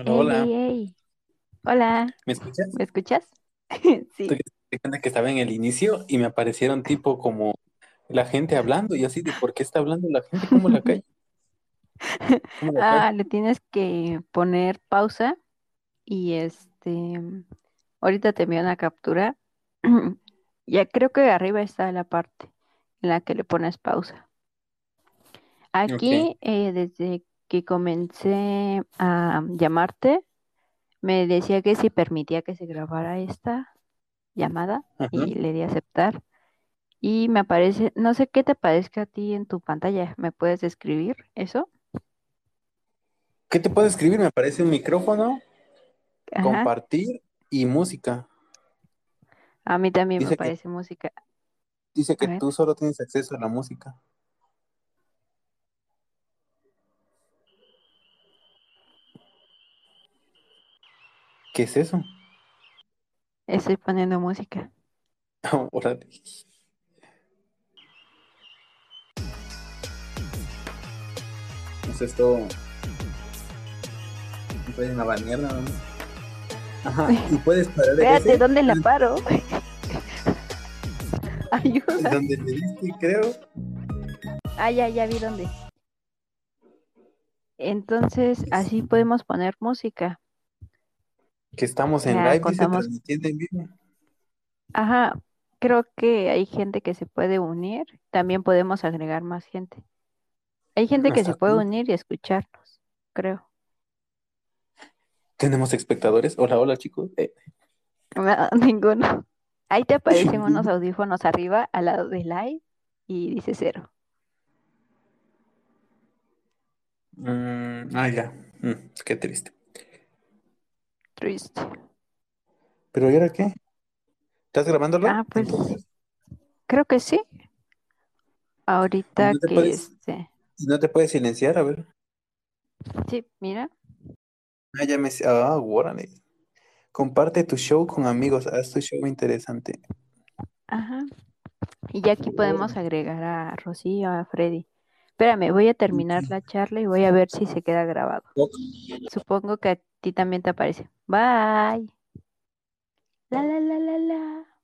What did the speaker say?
Hola, Ey, hola. ey, ey. Hola, ¿Me escuchas? ¿me escuchas? Estoy Sí. diciendo que estaba en el inicio y me aparecieron tipo como la gente hablando y así de por qué está hablando la gente, cómo la calle, cómo la calle. Le tienes que poner pausa y ahorita te envío una captura. Ya creo que arriba está la parte en la que le pones pausa. Ok. Aquí, desde que comencé a llamarte, me decía que si permitía que se grabara esta llamada Ajá. y le di a aceptar. Y me aparece, no sé qué te parezca a ti en tu pantalla. ¿Me puedes describir eso? ¿Qué te puedo escribir? Me aparece un micrófono, Ajá. compartir y música. A mí también me Dice que, aparece música. dice A que ver. tú solo tienes acceso a la música. ¿Qué es eso? Estoy poniendo música. Órale. Eso es todo. Me pueden banear nada más. Ajá. Y puedes parar en Espérate, ese, ¿dónde la paro? en Ayuda. donde le diste, creo, Ya vi dónde. Entonces, así podemos poner música. que estamos en Ya live, dice contamos. transmitiendo en vivo. Ajá. Creo que hay gente que se puede unir. También podemos agregar más gente. Hay gente que se ¿Hasta puede cuándo? unir y escucharnos, creo. Tenemos espectadores. Hola, hola, chicos. No, ninguno. Ahí te aparecen unos audífonos arriba al lado de live y dice cero. Ya. Qué triste. Triste. ¿Pero y ahora qué? ¿Estás grabándolo? Pues Entonces. creo que sí. Y Ahorita no te que puedes, este. y no te puedes silenciar, a ver. Sí, mira. Ya me. Órale. Comparte tu show con amigos. Haz tu show interesante. Ajá. Y ya aquí podemos Órale. agregar a Rocío, a Freddy. Espérame, voy a terminar la charla y voy a ver si se queda grabado. Ok. Supongo que a ti también te aparece. Bye. La la la la la.